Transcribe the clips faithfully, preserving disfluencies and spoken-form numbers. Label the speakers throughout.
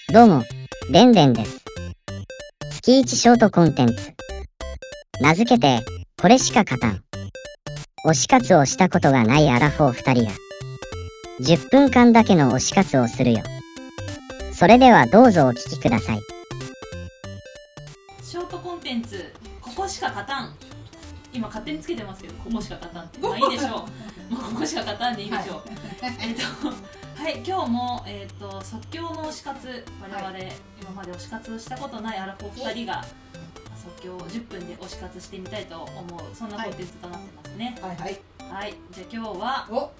Speaker 1: どうも、でんでんです。月いちショートコンテンツ。名付けて、これしか勝たん。推し活をしたことがないアラフォーふたりが、じゅっぷんかんだけの推し活をするよ。それではどうぞお聞きください。
Speaker 2: ショートコンテンツ、ここしか勝たん。今勝手につけてますけど、ここしか勝たんって。まあいいでしょう。まあここしか勝たんでいいでしょう。えっと。はい、今日も、えー、と即興の推し活、我々、はい、今まで推し活をしたことないアラフォーふたりが即興じゅっぷんで推し活してみたいと思う、そんなコンテンツとなってますね。
Speaker 3: はいはい、
Speaker 2: はい、じゃあ今日はお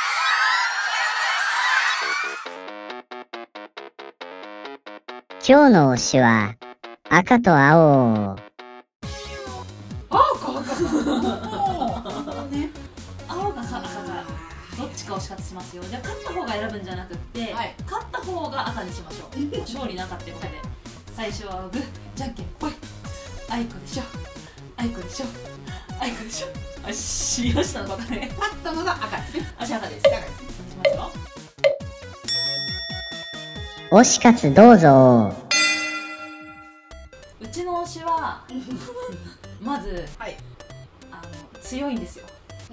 Speaker 1: 今日の推しは赤と青。
Speaker 2: 青か赤かね、青か赤かどっちか推し活しますよ。じゃあ勝った方が選ぶんじゃなくって、はい、勝った方が赤にしましょう。勝利なかったことで最初はグーじゃんけんぽい、あいこでしょあいこでしょあいこでしょ。あしよしたのバカね。
Speaker 3: 勝ったのが赤ですね。
Speaker 2: 足赤です。赤です。お願いしますよ。
Speaker 1: 推し活どうぞ。
Speaker 2: うちの推しはまず、
Speaker 3: はい、
Speaker 2: あの強いんですよ。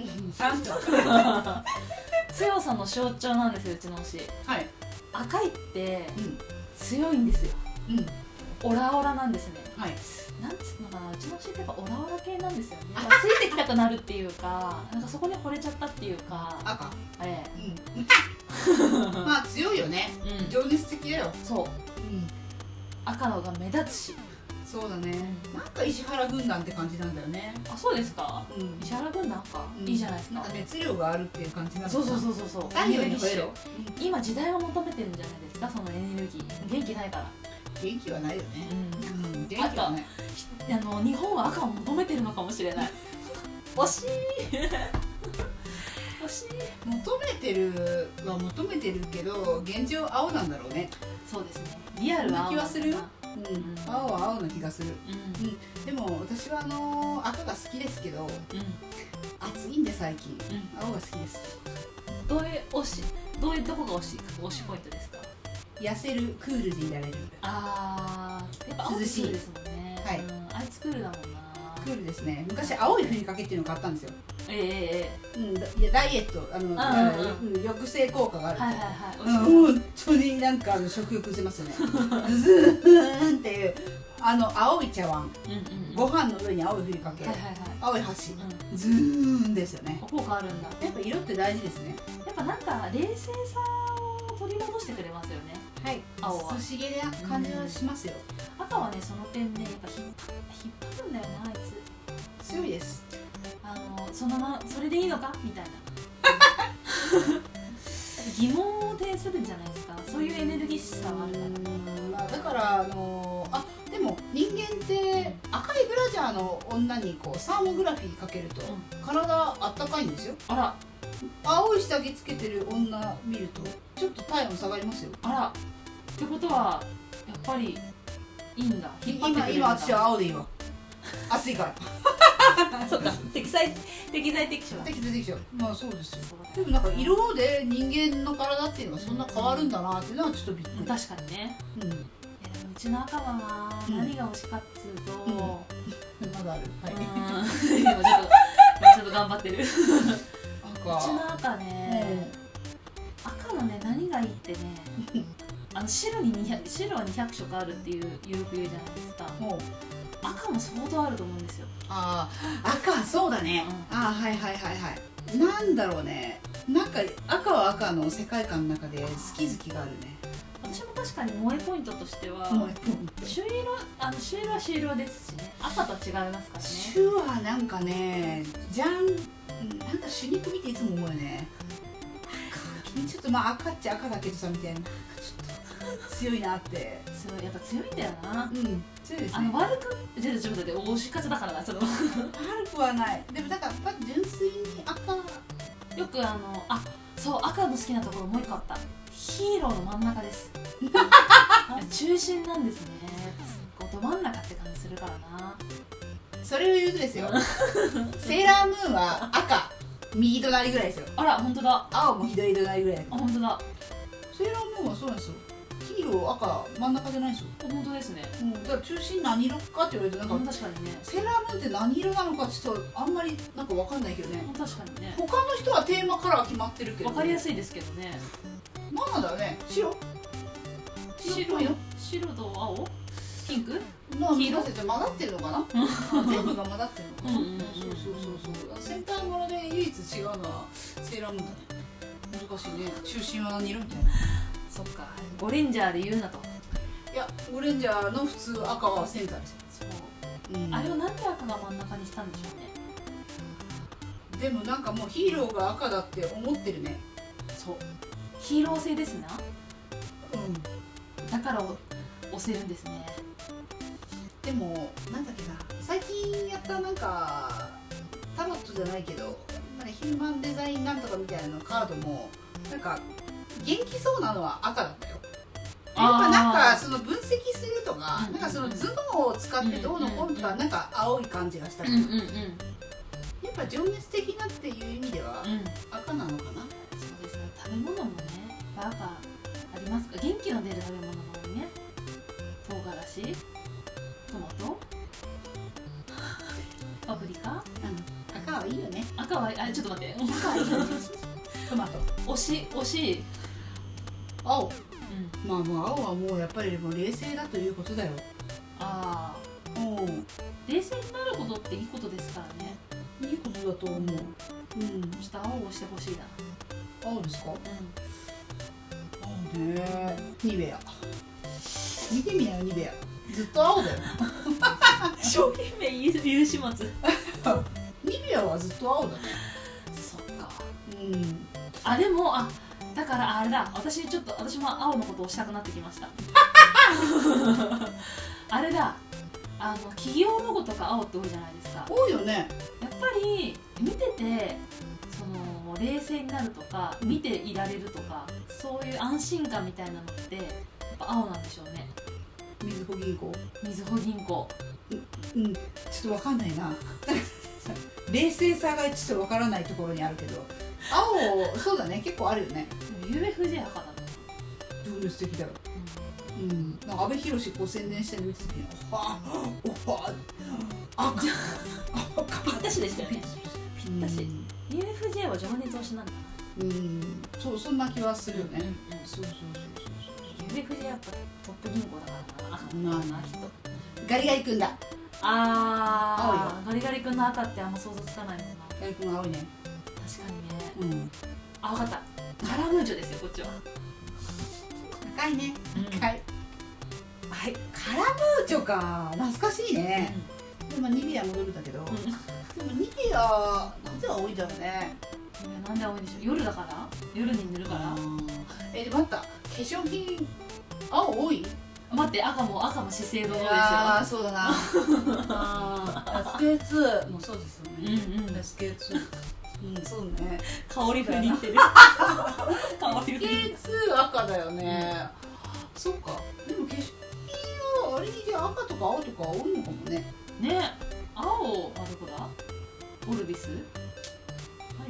Speaker 3: 強
Speaker 2: 強さの象徴なんですよ、うちの推し。
Speaker 3: はい、
Speaker 2: 赤いって、うん、強いんですよ、うん、オラオラなんですね。はい、なんつうのかな、うちの推しってやっぱオラオラ系なんですよね。ついてきたくなるっていうか、なんかそこに惚れちゃったっていうか。
Speaker 3: 赤、
Speaker 2: え
Speaker 3: え、うん、まあ強いよね、うん、情熱的だよ。そう、うん、
Speaker 2: 赤のが目立つし。
Speaker 3: そうだね、なんか石原軍団って感じなんだよね。
Speaker 2: あ、そうですか、うん、石原軍団か、うん、いいじゃないですか。
Speaker 3: なんか熱量があるっていう感じなんだ。
Speaker 2: そうそうそうそうそう、
Speaker 3: 太陽に吠えろ。
Speaker 2: 今時代を求めてるんじゃないですか、そのエネルギー。元気ないから。
Speaker 3: 元気はないよね、うんうん、元気はない。
Speaker 2: あと、あの日本は赤を求めてるのかもしれない。惜しい惜しい。
Speaker 3: 求めてるは求めてるけど、現状青なんだろうね。
Speaker 2: そうですね、リアルは青な
Speaker 3: 気はするよ。うん、青は青な気がする、うんうん、でも私はあのー、赤が好きですけど、うん、暑いんで最近、うん、青が好きです。
Speaker 2: どういう推し、どういうとこが推し、推しポイントですか？
Speaker 3: 痩せる、クールでいられる。
Speaker 2: あー、やっぱ涼しいですもんね。はい、うん、あいつクールだもんな。
Speaker 3: クールですね。昔青いふりかけっていうのを買ったんですよ。
Speaker 2: ええー、
Speaker 3: うん、いやダイエット、あの、うんうん、抑制効果がある。
Speaker 2: はいはいはい。
Speaker 3: 本当になんかあの食欲失せますよね。ズーンっていうあの青い茶碗、うんうんうん、ご飯の上に青いふりかけ、はいはいはい、青い箸、うん、ズーンですよね。
Speaker 2: 効果あるんだ。
Speaker 3: やっぱ色って大事ですね。
Speaker 2: やっぱなんか冷静さを取り戻してくれますよね。
Speaker 3: はい。青は不思議な感じはしますよ。
Speaker 2: うん、赤はね、その点ね、やっぱ引っ張るんだよな、あい
Speaker 3: つ。強いです。
Speaker 2: あのそのまそれでいいのかみたいな疑問を呈するんじゃないですか。そういうエネルギッシュさがあるからね。
Speaker 3: まあ、だからあのー、あでも人間って赤いブラジャーの女にこうサーモグラフィーかけると、うん、体あったかいんですよ。あら、青い下着つけてる女見るとちょっと体温下がりますよ。
Speaker 2: あら、ってことはやっぱりいいんだ。
Speaker 3: 引っ張ってくれるんだ。今今私は青でいいわ。暑いから
Speaker 2: そうか、適材適材適所だ。
Speaker 3: 適材適所。まあそうですよ。でもなんか色で人間の体っていうのはそんな変わるんだなっていうのはちょっとびっくり。
Speaker 2: 確かにね。うん。いやでもうちの赤はな、うん、何が欲しかっつうと、うん、
Speaker 3: まだある。はい。
Speaker 2: 今ちょっとちょっと頑張ってる。赤。うちの赤ね、うん、赤のね何がいいってね、あの白ににひゃく白はにひゃくしょくあるっていうよく言うじゃないですか。赤も相当あると思うんですよ。
Speaker 3: ああ、赤そうだね、うん、ああはいはいはいはい。なんだろうね、なんか赤は赤の世界観の中で好き好きがあるね。
Speaker 2: 私も確かに萌えポイントとしては、
Speaker 3: 萌えポイント、
Speaker 2: 朱色、あの朱色は朱色ですしね、赤と違いますからね。
Speaker 3: 朱はなんかね、じゃん、なんか朱肉見ていつも思うよね。君ちょっとまあ赤っちゃ赤だけどさみたいな、なんかちょっと強いなって。
Speaker 2: 強い、やっぱ強いんだよな。
Speaker 3: うん、強いですね。
Speaker 2: あの悪く、じゃあ自分だって推し活だからな、その悪
Speaker 3: くはない。でもだからやっぱ純粋に赤。
Speaker 2: よくあの、あ、そう、赤の好きなところもう一個あった。ヒーローの真ん中です。中心なんですね。こうど真ん中って感じするからな。
Speaker 3: それを言うとですよ。セーラームーンは赤、右隣ぐらいですよ。
Speaker 2: あら、本当だ。
Speaker 3: 青も左隣ぐらい。
Speaker 2: あ、本当だ。
Speaker 3: セーラームーンはそうなんですよ。 ヒーロー赤真ん中じゃないですよ。
Speaker 2: 本当ですね。
Speaker 3: うん、だから中心何色かって言われるとなんか、
Speaker 2: 確かにね。
Speaker 3: セーラームーンって何色なのかちょっとあんまりなんかわかんないけどね。
Speaker 2: 確かにね。
Speaker 3: 他の人はテーマカラー決まってるけど、
Speaker 2: わかりやすいですけどね。
Speaker 3: 何なんだろうね。白？
Speaker 2: 白よ。白と青？ピンク？
Speaker 3: 黄色って混ざってるのかな？全部が混ざってるのかな？そうそうそうそう。センターもので唯一違うのはセーラームーンだね。難しいね。中心は何色みたいな。
Speaker 2: そっか。ゴレンジャーで言うなと。
Speaker 3: いや、ゴレンジャーの普通赤はセンターですよ。
Speaker 2: そう、うん、あれをなんで赤が真ん中にしたんでしょうね。
Speaker 3: でもなんかもうヒーローが赤だって思ってるね。
Speaker 2: そう、ヒーロー性ですな。
Speaker 3: うん、
Speaker 2: だから押せるんですね。
Speaker 3: でもなんだっけな、最近やったなんかタロットじゃないけどなんかヒューマンデザインなんとかみたいなのカードもなんか元気そうなのは赤だったよ。やっぱなんかその分析するとか、なんかその頭脳を使ってどうのこうのとかなんか青い感じがしたり、やっぱ情熱的なっていう意味では赤なのかな。
Speaker 2: そうですね。食べ物もね、赤ありますか。元気の出る食べ物なのにね。唐辛子、トマト、パプリカ。
Speaker 3: 赤はいいよね。
Speaker 2: 赤はあ、ちょっと待って。
Speaker 3: 赤はいいよね。トマト。
Speaker 2: 惜しい惜しい。
Speaker 3: 青。うん、まあもう青はもうやっぱりもう冷静だということだよ。
Speaker 2: ああ、うん、冷静になることっていいことですからね。
Speaker 3: いいことだと思う。うん、ちょ
Speaker 2: っと青をしてほしいな。
Speaker 3: 青ですか？うん。青ね。ニベア。見てみなよニベア。ずっと青だよ。
Speaker 2: 商品名言う始末。
Speaker 3: ニベアはずっと青だね。
Speaker 2: そっか。
Speaker 3: うん。
Speaker 2: あ、でもあ。だからあれだ、私ちょっと私も青のことをしたくなってきました。あれだ、あの企業ロゴとか青って多いじゃないですか。
Speaker 3: 多いよね。
Speaker 2: やっぱり見ててその冷静になるとか見ていられるとかそういう安心感みたいなのってやっぱ青なんでしょうね。
Speaker 3: みずほ銀行。
Speaker 2: みずほ銀行。
Speaker 3: うん、ちょっとわかんないな。冷静さがちょっとわからないところにあるけど。青、そうだね、結構あるよね。
Speaker 2: ユーエフジェー 赤だな。
Speaker 3: 情熱的だよ。うん、なんか阿部寛こう宣伝してる時に、おはおは赤。
Speaker 2: ぴったしでしたよね。ぴったし。ユーエフジェー は情熱推しなんだな。
Speaker 3: うん、そうそんな気はするよね。そうそうそう
Speaker 2: そう。ユーエフジェー やっぱトップ銀行だからな。赤だな人。
Speaker 3: ガリガリ君だ。
Speaker 2: ああ、青よ。ガリガリ君の赤ってあんま想像つかないもんな。
Speaker 3: ガリガリ君青いね。
Speaker 2: 確かにね。
Speaker 3: うん。
Speaker 2: あ、分かった。カラムーチョですよ、こっちは。
Speaker 3: 高いね。高い。はい、カラムーチョか。懐かしいね。でもニベア戻るんだけど。でもニベア、なんで青いんだろうね。
Speaker 2: なんで青いでしょう。夜だから。夜に塗るから。
Speaker 3: え、待った。化粧品、青多い。
Speaker 2: 待って、赤も赤も資生堂のですよ。
Speaker 3: ああ、そうだな。エスケーツー もそうですよね。うんうん。エスケーツー。うん、そうね。
Speaker 2: 香り風にいってる。香り風に。エスケーツ
Speaker 3: ー 赤だよね。そっか。でも化粧品はあれにじゃ赤とか青とか多いのかもね。
Speaker 2: ね。青、あ、どこだ？オルビス？はい、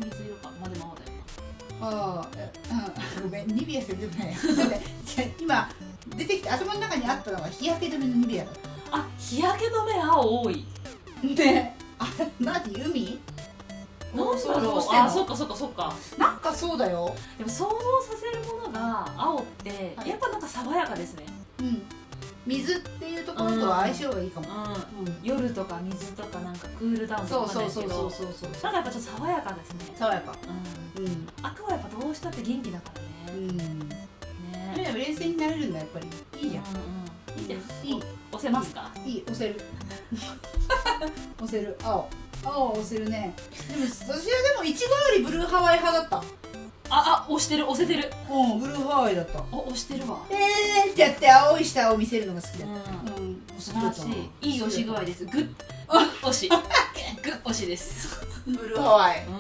Speaker 2: 水色か。まあでも青だよ
Speaker 3: な。ああ、ごめん、ニベアしか出てない。今出てきて頭の中にあったのは日焼け止めのニベアだった。
Speaker 2: あ、日焼け止め青多い。
Speaker 3: ね。あ、なに海？
Speaker 2: なんだろう。あ、そっかそっかそっか。
Speaker 3: なんかそうだよ。
Speaker 2: でも想像させるものが青ってやっぱなんか爽やかですね。
Speaker 3: うん。水っていうところとは相性がいいかも。
Speaker 2: 夜とか水とかなんかクールダウンとかですけど、なんかやっぱちょっと爽やかですね。
Speaker 3: 爽やか。
Speaker 2: うん。赤はやっぱどうしたって元気だからね。うん。ね。
Speaker 3: 冷静になれるんだやっぱり。いいじゃん。
Speaker 2: いいじゃん。いい。押せますか？
Speaker 3: いい、押せる。押せる。青。青は押せるね。でも私はでもいちごよりブルーハワイ派だった。
Speaker 2: ああ、押してる、押せてる。
Speaker 3: うん、ブルーハワイだった。
Speaker 2: お、押してるわ。
Speaker 3: えーってやって青い下を見せるのが好きだった。うん、
Speaker 2: 素晴らしい。いい押し具合です。グッ、グッ押し。グッ押しです。
Speaker 3: ブルーハワイ。うん。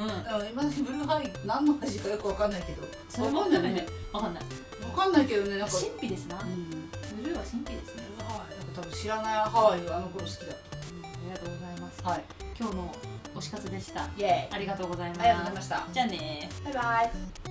Speaker 3: 今ブルーハワイ何の味かよくわかんないけど。
Speaker 2: それもね、わかんない。
Speaker 3: わかんないけどね、なんか。
Speaker 2: 神秘ですな。ブルーは神秘ですね。
Speaker 3: ブルーハワイ、なんか多分知らないハワイがあの頃好きだった。あ
Speaker 2: りがとうございます。
Speaker 3: はい。
Speaker 2: 今日の推し活でした。
Speaker 3: イエーイ。
Speaker 2: ありがとうございます。
Speaker 3: ありがとうございました。
Speaker 2: じゃあね。
Speaker 3: バイバイ。